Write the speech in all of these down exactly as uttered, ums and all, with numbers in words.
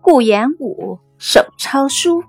顾炎武手抄书。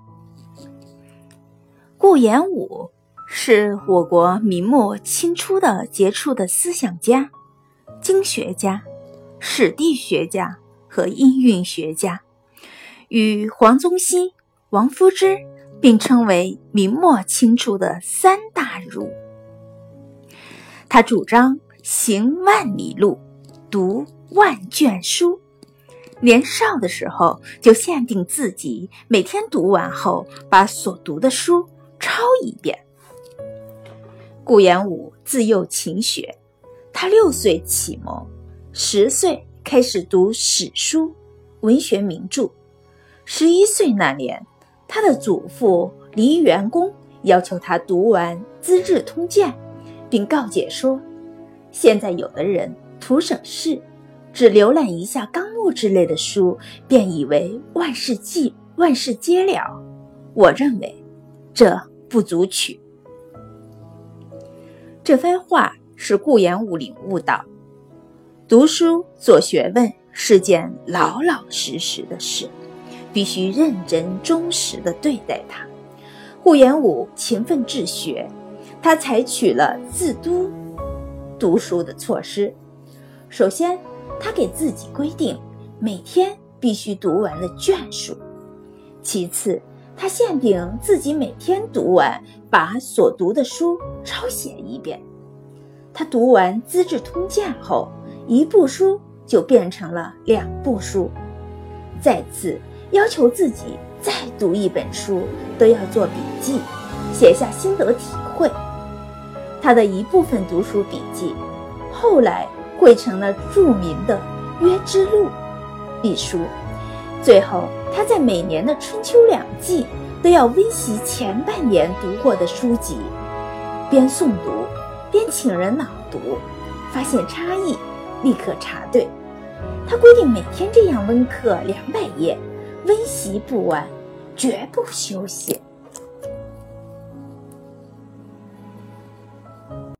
顾炎武是我国明末清初的杰出的思想家、经学家、史地学家和音韵学家，与黄宗羲、王夫之并称为明末清初的三大儒。他主张行万里路，读万卷书。年少的时候就限定自己每天读完后把所读的书抄一遍。顾炎武自幼勤学，他六岁启蒙，十岁开始读史书、文学名著。十一岁那年，他的祖父黎元公要求他读完《资治通鉴》，并告诫说，现在有的人图省事，只浏览一下纲目之类的书，便以为万事既万事皆了。我认为这不足取。这番话使顾炎武领悟到，读书做学问是件老老实实的事，必须认真忠实地对待它。顾炎武勤奋治学，他采取了自督读书的措施。首先，他给自己规定每天必须读完了卷数。其次，他限定自己每天读完，把所读的书抄写一遍。他读完《资治通鉴》后，一部书就变成了两部书。再次要求自己再读一本书都要做笔记，写下心得体会。他的一部分读书笔记后来汇成了著名的《约之录》一书。最后，他在每年的春秋两季都要温习前半年读过的书籍，边诵读边请人朗读，发现差异立刻查对。他规定每天这样温课两百页，温习不完，绝不休息。